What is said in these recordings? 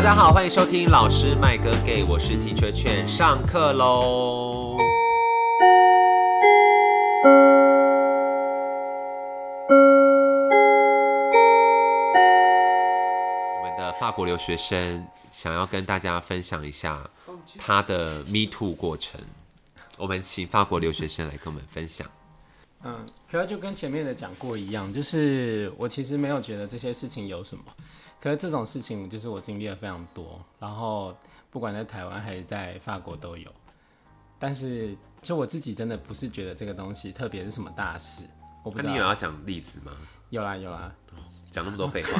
家好，欢迎收听老师麦哥给，我是提圈圈，上课喽。我们的法国留学生想要跟大家分享一下他的 Me Too 过程，我们请法国留学生来跟我们分享。 可是就跟前面的讲过一样，就是我其实没有觉得这些事情有什么，可是这种事情就是我经历了非常多，然后不管在台湾还是在法国都有，但是就我自己真的不是觉得这个东西特别是什么大事。我不知道， 你有要讲例子吗？ 有啦， 讲那么多废话。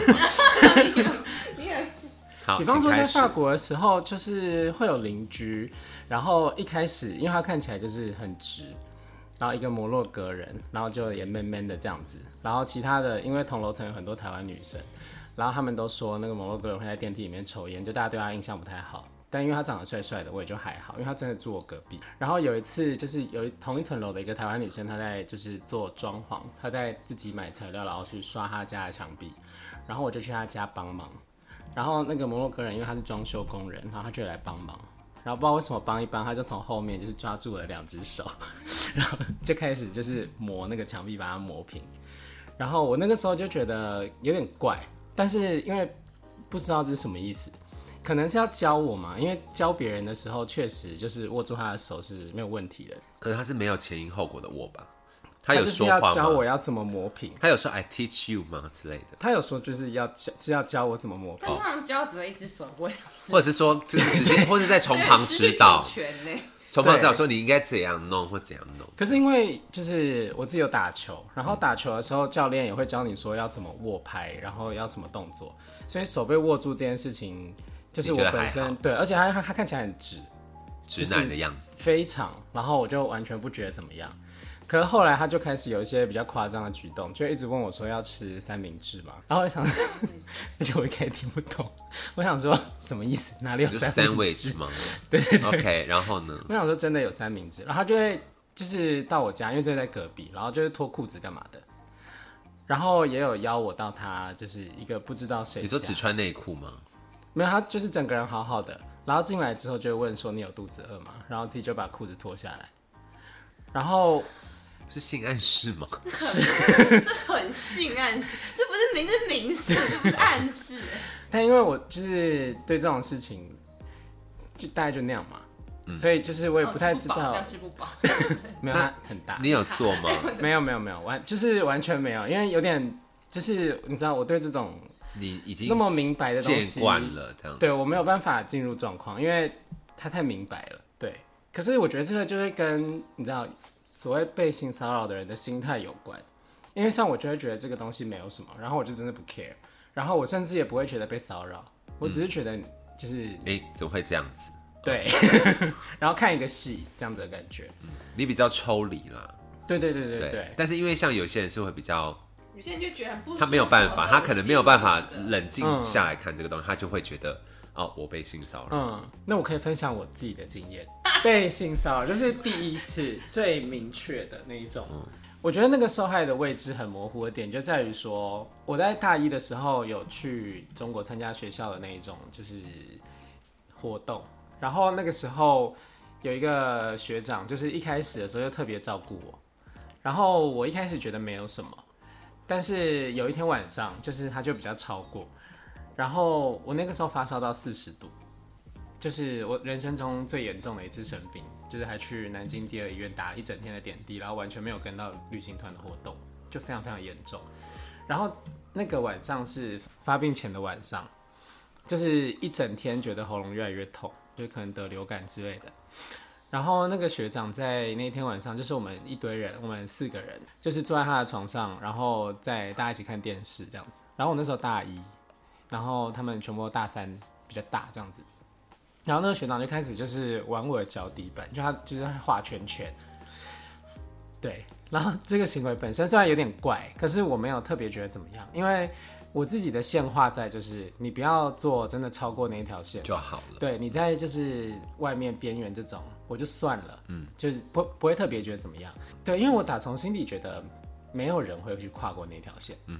好， 比方说在法国的时候，就是会有邻居，然后一开始因为他看起来就是很直。然后一个摩洛哥人，然后就也闷闷的这样子，然后其他的因为同楼层有很多台湾女生，然后他们都说那个摩洛哥人会在电梯里面抽烟，就大家对他印象不太好。但因为他长得帅帅的，我也就还好，因为他真的住我隔壁。然后有一次就是同一层楼的一个台湾女生，她在就是做装潢，她在自己买材料，然后去刷她家的墙壁，然后我就去她家帮忙。然后那个摩洛哥人因为他是装修工人，然后他就来帮忙。然后不知道为什么帮一帮，他就从后面就是抓住了2只手，然后就开始就是磨那个墙壁，把它磨平。然后我那个时候就觉得有点怪，但是因为不知道这是什么意思，可能是要教我嘛，因为教别人的时候确实就是握住他的手是没有问题的。 可是他是没有前因后果的握吧？他有说话吗？他就是话要教我要怎么磨平。 他有说 I teach you 吗之类的？ 他有说就是要教我怎么磨平。 但他们教只会一只手，不会2只手， 或者是说直接，或者在从旁指导，从旁指导说你应该怎样弄或怎样弄。 可是因为就是我自己有打球，然后打球的时候教练也会教你说要怎么握拍，然后要什么动作，所以手被握住这件事情，就是我本身对，而且他看起来很直男的样子， 非常，然后我就完全不觉得怎么样。可是后来他就开始有一些比较夸张的举动，就一直问我说要吃三明治嘛，然后我想，而且我一开始听不懂，我想说什么意思？哪里有三明治吗？对。 OK， 然后呢？ 我想说真的有三明治，然后他就会就是到我家，因为这在隔壁，然后就是脱裤子干嘛的，然后也有邀我到他就是一个不知道谁家。 你说只穿内裤吗？ 没有，他就是整个人好好的，然后进来之后就会问说你有肚子饿吗？然后自己就把裤子脱下来，然后。 是性暗示吗？ 是，这很性暗示，这不是明示，这不是暗示。 但因为我就是对这种事情，就大概就那样嘛，所以就是我也不太知道。 吃不饱， 没有，它很大。 你有做吗？ 没有，就是完全没有，因为有点就是你知道，我对这种你已经那么明白的东西见惯了，这样对我没有办法进入状况，因为它太明白了。对，可是我觉得这个就会跟你知道。所谓被性骚扰的人的心态有关，因为像我就会觉得这个东西没有什么，然后我就真的不 care， 然后我甚至也不会觉得被骚扰，我只是觉得就是怎么会这样子？ 对，然后看一个戏这样子的感觉， 你比较抽离啦， 对， 但是因为像有些人是会比较， 有些人就觉得很不舒服， 他没有办法，他可能没有办法冷静下来看这个东西，他就会觉得。哦，我被性骚扰。 那我可以分享我自己的经验。被性骚扰就是第一次最明确的那一种。我觉得那个受害的位置很模糊的点就在于说，我在大一的时候有去中国参加学校的那一种就是活动，然后那个时候有一个学长，就是一开始的时候就特别照顾我，然后我一开始觉得没有什么，但是有一天晚上，就是他就比较超过。然后我那个时候发烧到40度，就是我人生中最严重的一次生病，就是还去南京第2医院打了1整天的点滴，然后完全没有跟到旅行团的活动，就非常非常严重。然后那个晚上是发病前的晚上，就是一整天觉得喉咙越来越痛，就可能得流感之类的。然后那个学长在那天晚上，就是我们一堆人，我们4个人，就是坐在他的床上，然后在大家一起看电视这样子。然后我那时候大1。然后他们全部都大3，比较大这样子。然后那个学长就开始就是玩我的脚底板，就他就是画圈圈。对，然后这个行为本身虽然有点怪，可是我没有特别觉得怎么样，因为我自己的线画在就是你不要做真的超过那一条线就好了。 对，你在就是外面边缘这种，我就算了，就是不会特别觉得怎么样。对，因为我打从心底觉得没有人会去跨过那条线。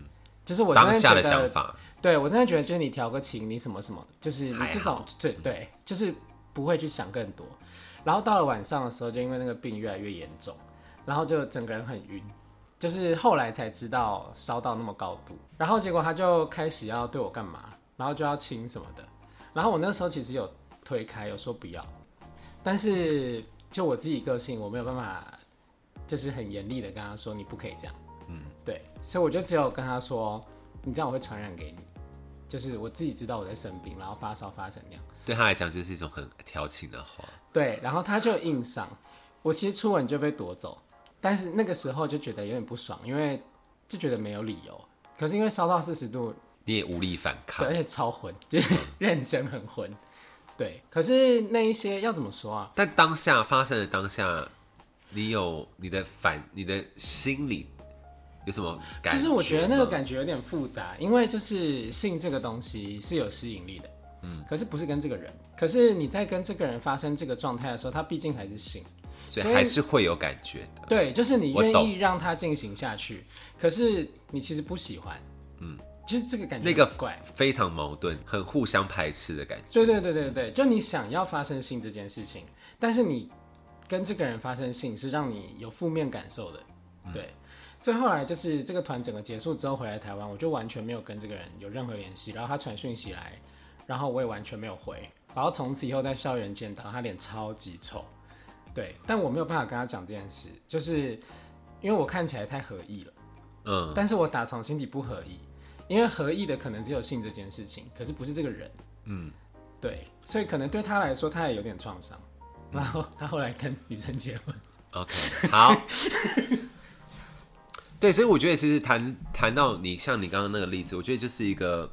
就是我真当下的觉得想法。 对我真的觉得，就是你调个情，你什么什么，就是你这种对，就是不会去想更多。然后到了晚上的时候，就因为那个病越来越严重，然后就整个人很晕，就是后来才知道烧到那么高度。然后结果他就开始要对我干嘛，然后就要亲什么的。然后我那时候其实有推开，有说不要，但是就我自己个性，我没有办法，就是很严厉的跟他说你不可以这样。对，所以我就只有跟他说，你这样我会传染给你。就是我自己知道我在生病，然后发烧发成那样， 对他来讲就是一种很调情的话。 对，然后他就硬上，我其实初吻就被夺走，但是那个时候就觉得有点不爽，因为就觉得没有理由。可是因为烧到40度， 你也无力反抗， 对，而且超昏，就是认真很昏。对，可是那一些要怎么说啊？ 但当下发生的当下，你有你的心理有什么感觉？ 就是我觉得那个感觉有点复杂，因为就是性这个东西是有吸引力的，可是不是跟这个人。可是你在跟这个人发生这个状态的时候，他毕竟还是性， 所以还是会有感觉的。 对，就是你愿意让他进行下去，可是你其实不喜欢，就是这个感觉那个怪， 非常矛盾，很互相排斥的感觉。 对，就你想要发生性这件事情，但是你跟这个人发生性是让你有负面感受的，对。所以后来就是这个团整个结束之后回来台湾，我就完全没有跟这个人有任何联系，然后他传讯息来，然后我也完全没有回，然后从此以后在校园见到他脸超级臭，对，但我没有办法跟他讲这件事，就是因为我看起来太合意了，但是我打从心底不合意，因为合意的可能只有性这件事情，可是不是这个人，对，所以可能对他来说他也有点创伤，然后他后来跟女生结婚。 OK， 好。对，所以我觉得其实谈到你像你刚刚那个例子，我觉得就是一个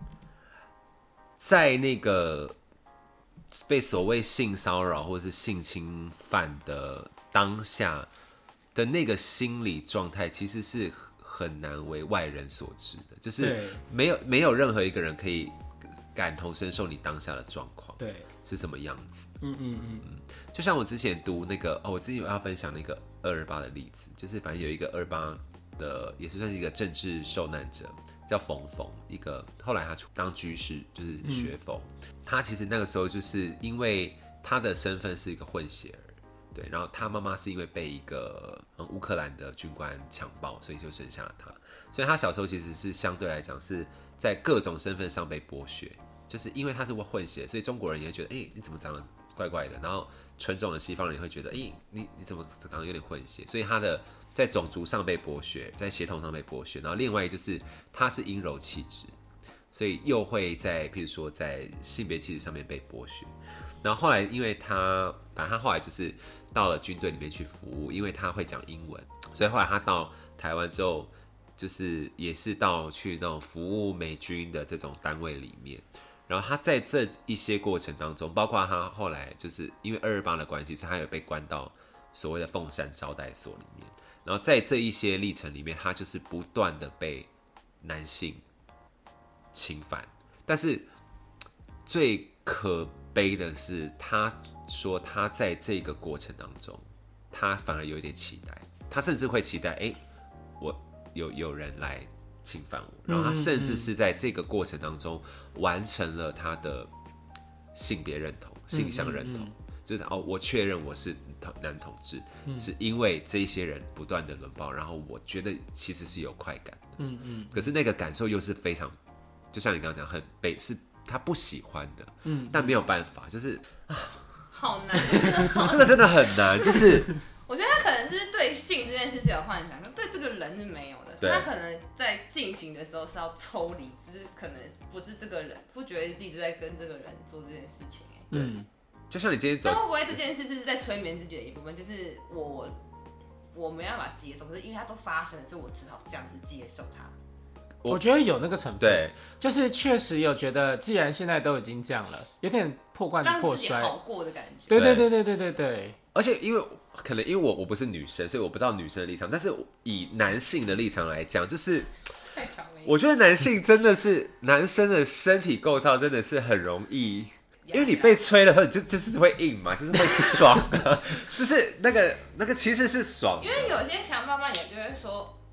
在那个被所谓性骚扰或者是性侵犯的当下的那个心理状态，其实是很难为外人所知的，就是没有任何一个人可以感同身受你当下的状况， 对， 是什么样子。就像我之前读那个我之前要分享那个228的例子，就是反正有一个228的，也是算是一个政治受难者，叫冯，一个后来他当居士，就是学佛。他其实那个时候就是因为他的身份是一个混血儿，对，然后他妈妈是因为被一个乌克兰的军官强暴，所以就生下了他。所以他小时候其实是相对来讲是在各种身份上被剥削，就是因为他是混血，所以中国人也会觉得，你怎么长得怪怪的，然后纯种的西方人也会觉得，你怎么长得有点混血，所以他的在种族上被剥削，在血统上被剥削，然后另外就是他是阴柔气质，所以又会在譬如说在性别气质上面被剥削。然后后来因为反正他后来就是到了军队里面去服务，因为他会讲英文，所以后来他到台湾之后，就是也是到去那种服务美军的这种单位里面。然后他在这一些过程当中，包括他后来就是因为228的关系，所以他有被关到所谓的凤山招待所里面。然后在这一些历程里面，他就是不断的被男性侵犯。但是最可悲的是，他说他在这个过程当中，他反而有一点期待，他甚至会期待，我有人来侵犯我，然后他甚至是在这个过程当中完成了他的性别认同、性向认同，就是我确认我是男同志，是因为这些人不断的轮暴，然后我觉得其实是有快感的，可是那个感受又是非常，就像你刚刚讲，是他不喜欢的，但没有办法，就是好难，真的好难， 这个真的很难，就是。 我觉得他可能是对性这件事是有幻想，可对这个人是没有的，所以他可能在进行的时候是要抽离，只是可能不是这个人，不觉得自己是在跟这个人做这件事情。 对，就像你今天走， 但会不会这件事是在催眠自己的一部分？就是我没办法接受，可是因为它都发生了，所以我只好这样子接受它。 我觉得有那个成分， 对， 就是确实有觉得，既然现在都已经这样了，有点破罐子破摔， 让自己好过的感觉。 对。 而且因为我不是女生，所以我不知道女生的立场。但是以男性的立场来讲，就是我觉得男性真的是男生的身体构造真的是很容易，因为你被吹了后，你就是会硬嘛，就是会爽，就是那个其实是爽。 因为有些强爸爸也就会说，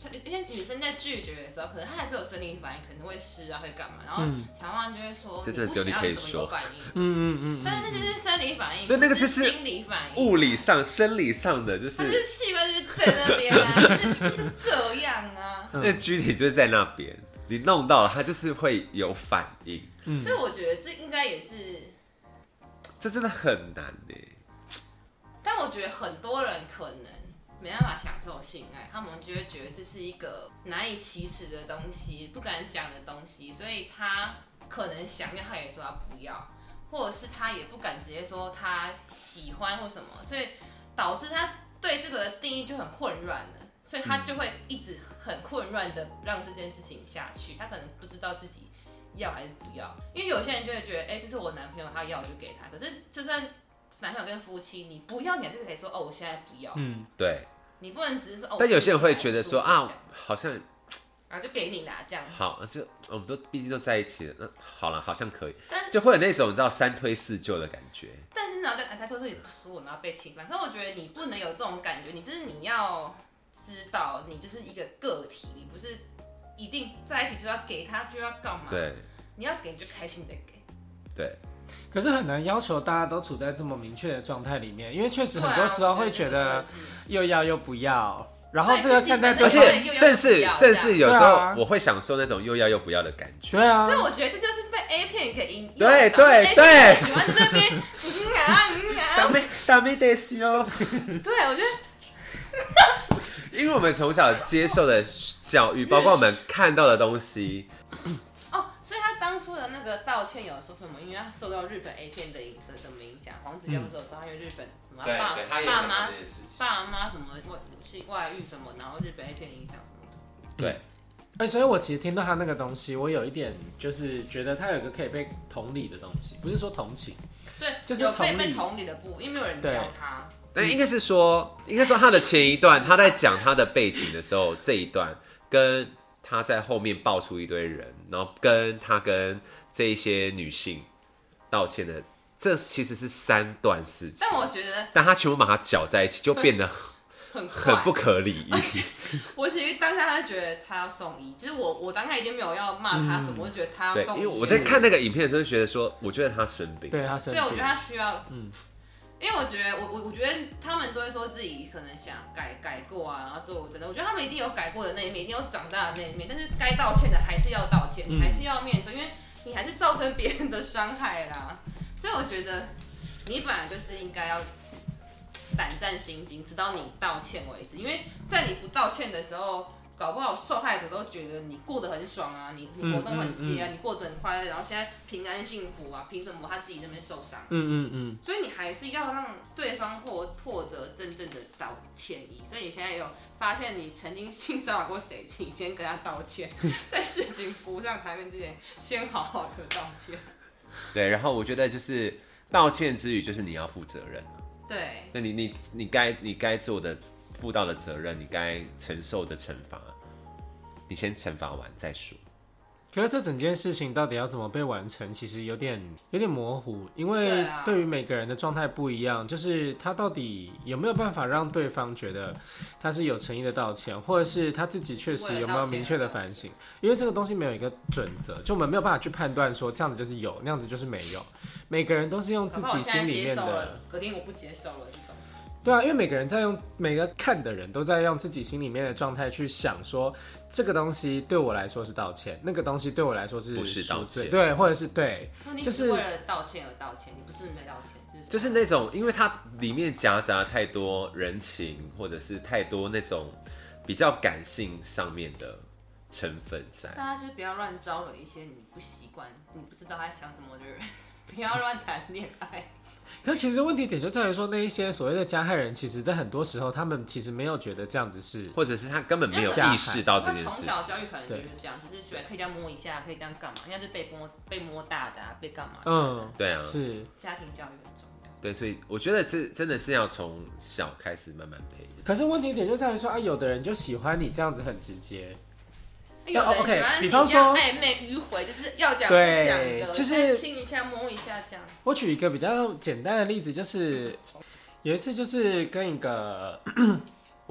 因为女生在拒绝的时候，可能她还是有生理反应，可能会湿啊，会干嘛，然后小妈就会说你不想要你怎么有反应？但是那就是生理反应， 对，那个是心理反应， 物理上、生理上的，就是它就是器官就是在那边啊，就是这样啊。 那躯体就是在那边，你弄到了，它就是会有反应。 所以我觉得这应该也是， 这真的很难耶。 但我觉得很多人可能没办法享受性爱，他们就会觉得这是一个难以启齿的东西，不敢讲的东西，所以他可能想要，他也说他不要，或者是他也不敢直接说他喜欢或什么，所以导致他对这个的定义就很混乱了，所以他就会一直很混乱的让这件事情下去，他可能不知道自己要还是不要，因为有些人就会觉得，这是我男朋友，他要我就给他，可是就算男朋友跟夫妻，你不要，你还是可以说我现在不要， 对。 你不能只是说但有些人会觉得说好像就给你啦，这样好，就我们都毕竟都在一起了，那好了，好像可以， 但就会有那种你知道3推4就的感觉。 但是呢，他说自己不舒服，然后被侵犯，可是我觉得你不能有这种感觉，你就是你要知道，你就是一个个体，你不是一定在一起就要给他就要干嘛？ 对， 你要给你就开心的给。 对。 可是很难要求大家都处在这么明确的状态里面，因为确实很多时候会觉得又要又不要，然后这个看在而且甚至有时候我会享受那种又要又不要的感觉。 对啊， 所以我觉得这就是被 A 片给引诱。 对， 喜欢在那边ダメですよ。 对，我觉得， 因为我们从小接受的教育，包括我们看到的东西。 所以他当初的那个道歉有说什么？因为他受到日本 A 片的影响，黄子佼不是有说他因为日本什么爸妈什么外遇什么，然后日本 A 片影响什么的。 对。 所以我其实听到他那个东西，我有一点就是觉得他有一个可以被同理的东西，不是说同情， 对， 就是有可以被同理的部分，因为没有人教他。 应该说他的前一段，他在讲他的背景的时候，这一段跟他在后面爆出一堆人，然后跟他跟这一些女性道歉的，这其实是3段事情。 但我觉得， 但他全部把它搅在一起，就变得很不可理喻。 我其实当下他觉得他要送医，就是我当下已经没有要骂他什么，我就觉得他要送医。 因为我在看那个影片的时候，觉得说，我觉得他生病， 对他生病， 对，我觉得他需要，因为我觉得我觉得他们都会说自己可能想改过啊，然后做真的，我觉得他们一定有改过的那一面，一定有长大的那一面，但是该道歉的还是要道歉，你还是要面对，因为你还是造成别人的伤害啦。所以我觉得你本来就是应该要胆战心惊，直到你道歉为止，因为在你不道歉的时候，搞不好受害者都觉得你过得很爽啊，你活动很接啊，你过得很快乐，然后现在平安幸福啊，凭什么他自己那边受伤？所以你还是要让对方获得真正的道歉意。所以你现在有发现你曾经性骚扰过谁，请先跟他道歉，在事情浮上台面之前，先好好的道歉。 对，然后我觉得就是道歉之余，就是你要负责任了。 对， 那你该做的。负到的责任，你该承受的惩罚，你先惩罚完再说。 可是这整件事情到底要怎么被完成，其实有点模糊，因为对于每个人的状态不一样，就是他到底有没有办法让对方觉得他是有诚意的道歉，或者是他自己确实有没有明确的反省？因为这个东西没有一个准则，就我们没有办法去判断说这样子就是有，那样子就是没有。每个人都是用自己心里面的， 隔天我不接受了这种。 对啊，因为每个人在用，每个看的人都在用自己心里面的状态去想说，这个东西对我来说是道歉，那个东西对我来说是不是道歉？ 对，或者是对， 就是为了道歉而道歉，你不是在道歉， 就是那种，因为它里面夹杂太多人情，或者是太多那种比较感性上面的成分在。 大家就是不要乱招惹一些你不习惯、你不知道他在想什么的人，不要乱谈恋爱。 可其实问题点就在于说，那一些所谓的加害人，其实在很多时候，他们其实没有觉得这样子是， 或者是他根本没有意识到这件事。 从小教育可能就是这样，就是喜欢可以这样摸一下，可以这样干嘛？应该是被摸大的啊，被干嘛？ 对啊， 是家庭教育很重要。 对，所以我觉得这真的是要从小开始慢慢培养。 可是问题点就在于说有的人就喜欢你这样子很直接。 有的人喜欢你这样暧昧迂回，就是要讲不讲的，就是亲一下摸一下这样。 我举一个比较简单的例子，就是有一次就是跟一个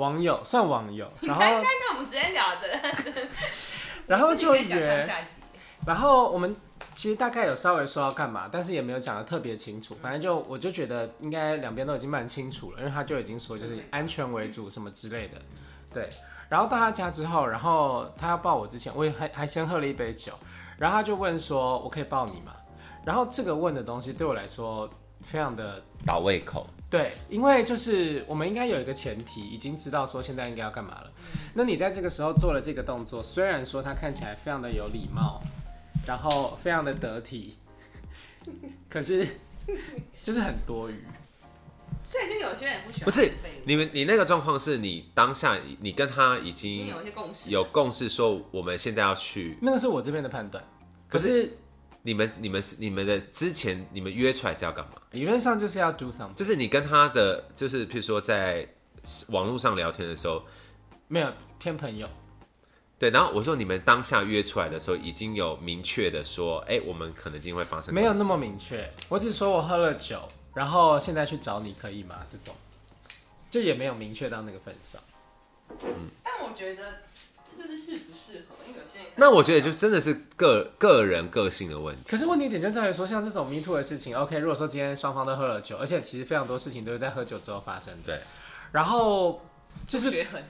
网友算网友，然后那我们直接聊的， 然后就讲约， 下集。 然后我们其实大概有稍微说要干嘛，但是也没有讲的特别清楚。反正我就觉得应该两边都已经蛮清楚了，因为他就已经说就是安全为主什么之类的，对。然后到他家之后，然后他要抱我之前，我也还先喝了一杯酒，然后他就问说：“我可以抱你吗？”然后这个问的东西对我来说非常的倒胃口。 对，因为就是我们应该有一个前提，已经知道说现在应该要干嘛了。那你在这个时候做了这个动作，虽然说他看起来非常的有礼貌，然后非常的得体，可是就是很多余。 所以就有些人不喜欢。 不是你那个状况是你当下你跟他已经有一些共识， 有共识说我们现在要去， 那个是我这边的判断。可是是你们的之前你们约出来是要干嘛？ 理论上就是要 do something， 就是你跟他的就是譬如说在网络上聊天的时候， 没有骗朋友。 对，然后我说你们当下约出来的时候，已经有明确的说，哎，我们可能今天会发生。 没有那么明确，我只说我喝了酒，然后现在去找你可以吗？这种，就也没有明确到那个份上。 但我觉得这就是适不适合，因为有些人。 那我觉得就真的是个人个性的问题。 可是问题点就在于说，像这种 me too 的事情 ，OK， 如果说今天双方都喝了酒，而且其实非常多事情都是在喝酒之后发生的。 对。 然后就是学狠。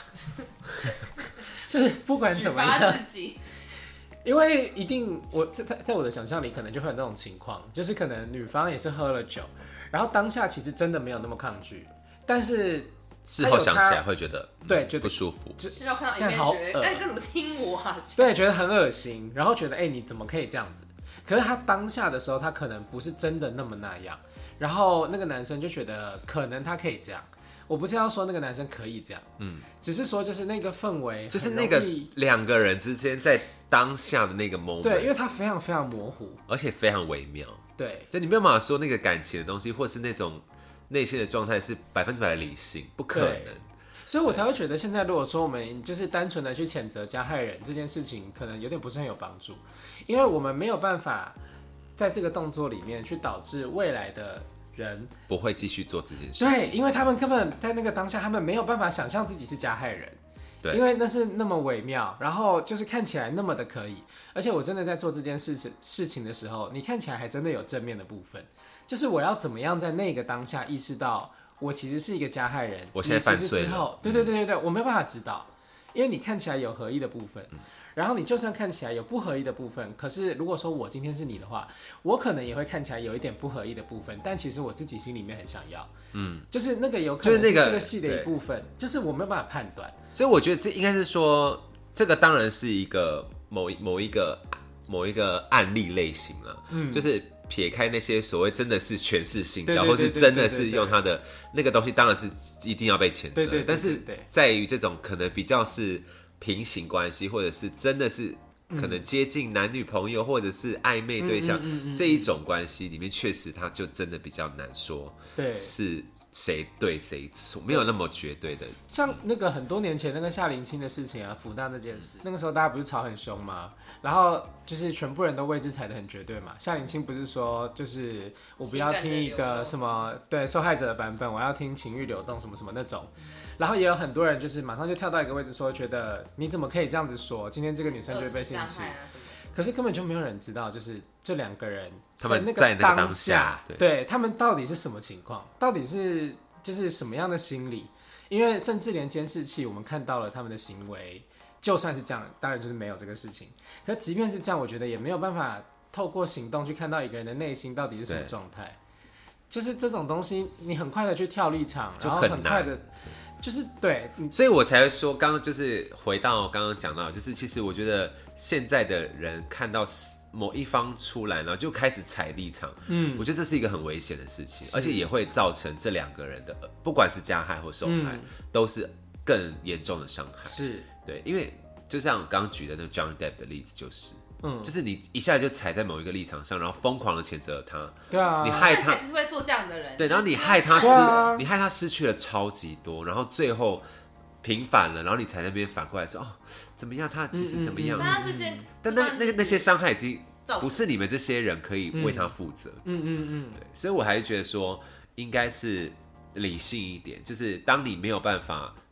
就是不管怎么样， 自己因为一定我在我的想象里，可能就会有那种情况，就是可能女方也是喝了酒，然后当下其实真的没有那么抗拒，但是事后想起来会觉得对，觉得不舒服， 事后看到影片觉得哎，你怎么听我啊？ 对，觉得很恶心，然后觉得哎，你怎么可以这样子？可是他当下的时候，他可能不是真的那么那样，然后那个男生就觉得可能他可以这样。我不是要说那个男生可以这样，只是说就是那个氛围， 就是那个两个人之间在当下的那个 moment， 对，因为它非常非常模糊， 而且非常微妙， 对， 就你没有办法说那个感情的东西，或是那种内心的状态是100%的理性，不可能。 所以我才会觉得现在如果说我们就是单纯的去谴责加害人这件事情，可能有点不是很有帮助，因为我们没有办法在这个动作里面去导致未来的人不会继续做这件事。 对，因为他们根本在那个当下，他们没有办法想象自己是加害人。对，因为那是那么微妙，然后就是看起来那么的可以，而且我真的在做这件事情的时候，你看起来还真的有正面的部分，就是我要怎么样在那个当下意识到我其实是一个加害人， 我现在犯罪了。 对，我没有办法知道，因为你看起来有合意的部分。然后你就算看起来有不合意的部分，可是如果说我今天是你的话，我可能也会看起来有一点不合意的部分，但其实我自己心里面很想要，就是那个有可能是这个戏的一部分，就是我没有办法判断。 所以我觉得这应该是说，这个当然是一个某一个案例类型了，就是撇开那些所谓真的是权势性交，或是真的是用他的那个东西，当然是一定要被谴责。但是在于这种可能比较是平行关系，或者是真的是可能接近男女朋友，或者是暧昧对象这一种关系里面，确实他就真的比较难说，是谁对谁错，没有那么绝对的。 像那个很多年前那个夏林清的事情啊，福大那件事，那个时候大家不是吵很凶吗？然后就是全部人都为之踩得很绝对嘛。夏林清不是说就是我不要听一个什么对受害者的版本，我要听情欲流动什么什么那种。然后也有很多人就是马上就跳到一个位置说，觉得你怎么可以这样子说？今天这个女生就会被性侵，可是根本就没有人知道，就是这两个人他们在那个当下， 对他们到底是什么情况，到底是就是什么样的心理？因为甚至连监视器，我们看到了他们的行为，就算是这样，当然就是没有这个事情。可即便是这样，我觉得也没有办法透过行动去看到一个人的内心到底是什么状态。就是这种东西，你很快的去跳立场，然后很快的。就是对， 所以我才说，刚刚就是回到刚刚讲到，就是其实我觉得现在的人看到某一方出来，然后就开始踩立场，我觉得这是一个很危险的事情，而且也会造成这两个人的不管是加害或受害，都是更严重的伤害。 是对，因为就像刚刚举的那个 Johnny Depp 的例子，就是你一下就踩在某一个立场上，然后疯狂的谴责他， 对啊， 你害他就是会做这样的人， 对，然后你害他失去了超级多，然后最后平反了，然后你才在那边反过来说哦怎么样，他其实怎么样，但那些伤害已经不是你们这些人可以为他负责，对，所以我还是觉得说应该是理性一点，就是当你没有办法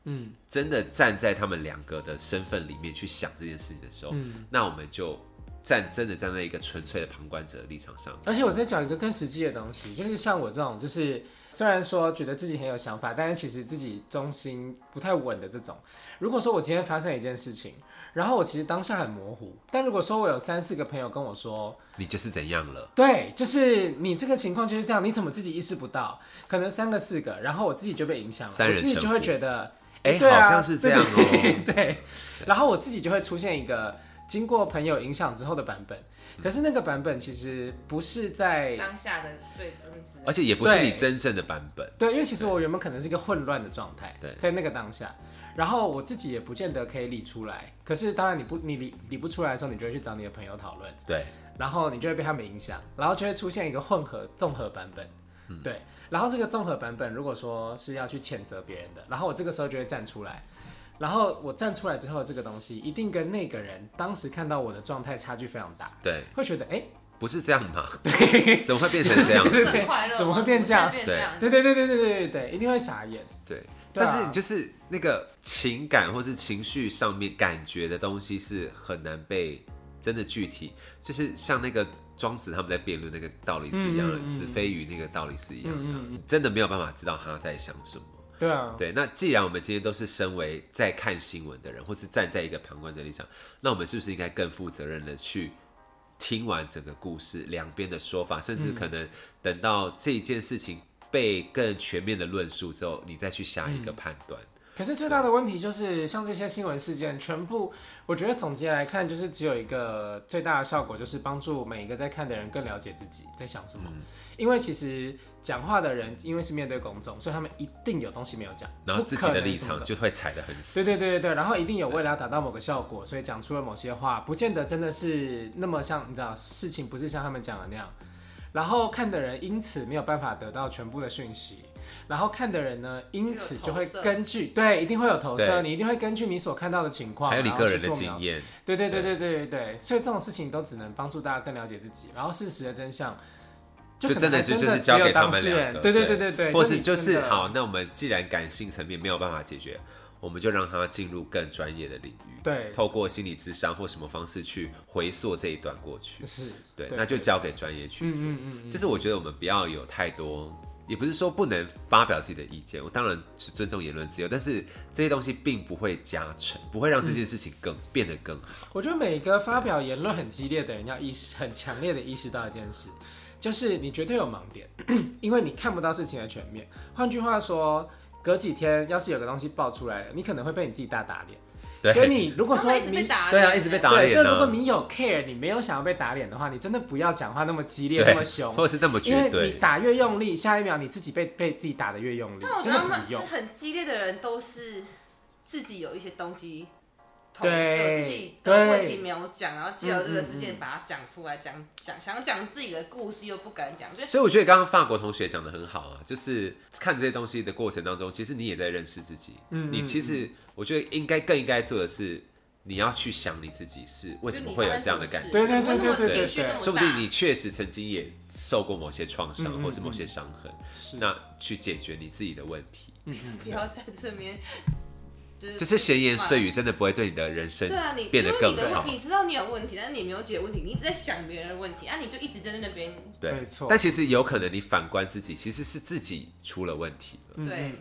真的站在他们两个的身份里面去想这件事情的时候，那我们就真的站在一个纯粹的旁观者的立场上。 而且我在讲一个更实际的东西，就是像我这种，就是虽然说觉得自己很有想法，但是其实自己中心不太稳的这种。如果说我今天发生一件事情，然后我其实当下很模糊，但如果说我有3-4个朋友跟我说， 你就是怎样了， 对，就是你这个情况就是这样，你怎么自己意识不到？可能3个4个，然后我自己就被影响了，我自己就会觉得，对啊， 好像是这样哦， 对，然后我自己就会出现一个经过朋友影响之后的版本。可是那个版本其实不是在当下的最真实的， 而且也不是你真正的版本。 对，因为其实我原本可能是一个混乱的状态， 对， 在那个当下，然后我自己也不见得可以理出来。可是当然你理不出来的时候，你就会去找你的朋友讨论， 对， 然后你就会被他们影响，然后就会出现一个综合版本，对。然后这个综合版本如果说是要去谴责别人的，然后我这个时候就会站出来。然后我站出来之后，这个东西一定跟那个人当时看到我的状态差距非常大， 对， 会觉得不是这样嘛？对，怎么会变成这样？ 对，怎么会变这样？对，一定会傻眼。 对，但是就是那个情感或是情绪上面感觉的东西是很难被真的具体，就是像那个庄子他们在辩论那个道理是一样的，子非鱼那个道理是一样的，真的没有办法知道他在想什么。 对啊， 对，那既然我们今天都是身为在看新闻的人，或是站在一个旁观者立场，那我们是不是应该更负责任的去听完整个故事两边的说法，甚至可能等到这件事情被更全面的论述之后，你再去下一个判断。 可是最大的问题就是，像这些新闻事件，全部我觉得总结来看，就是只有一个最大的效果，就是帮助每一个在看的人更了解自己在想什么。因为其实讲话的人，因为是面对公众，所以他们一定有东西没有讲， 然后自己的立场就会踩得很死。 对，然后一定有为了要达到某个效果，所以讲出了某些话，不见得真的是那么像，你知道，事情不是像他们讲的那样。然后看的人因此没有办法得到全部的讯息。然后看的人呢，因此就会根据一定会有投射，你一定会根据你所看到的情况， 还有你个人的经验， 对，所以这种事情都只能帮助大家更了解自己，然后事实的真相就真的就是交给他们两个， 对， 或是就是好，那我们既然感性层面没有办法解决，我们就让他进入更专业的领域， 对， 透过心理咨商或什么方式去回溯这一段过去， 是对，那就交给专业去做，就是我觉得我们不要有太多。也不是说不能发表自己的意见，我当然是尊重言论自由，但是这些东西并不会加成，不会让这件事情变得更好。 我觉得每个发表言论很激烈的人要很强烈的意识到一件事，就是你绝对有盲点，因为你看不到事情的全面。换句话说，隔几天要是有个东西爆出来了，你可能会被你自己大打脸。所以你如果说你对啊，一直被打脸， 所以如果你有 care， 你没有想要被打脸的话，你真的不要讲话那么激烈、那么凶， 或者是那么绝对。 因为你打越用力，下一秒你自己被自己打得越用力。 但我觉得他们很激烈的人都是自己有一些东西投射，自己的问题没有讲，然后借由这个事件把它讲出来，想讲自己的故事又不敢讲。 所以我觉得刚刚法国同学讲的很好啊，就是看这些东西的过程当中，其实你也在认识自己。你其实我觉得更应该做的是，你要去想你自己是为什么会有这样的感觉。 对， 说不定你确实曾经也受过某些创伤，或是某些伤痕，那去解决你自己的问题。 不要在这边。 就是闲言碎语，真的不会对你的人生变得更好。 你知道你有问题，但是你没有解决问题，你一直在想别人的问题，你就一直在那边。 对，没错。但其实有可能你反观自己，其实是自己出了问题了。 对，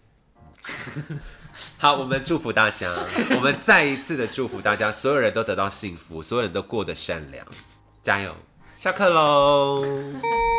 好，我们祝福大家，我们再一次的祝福大家，所有人都得到幸福，所有人都过得善良，加油！下课喽。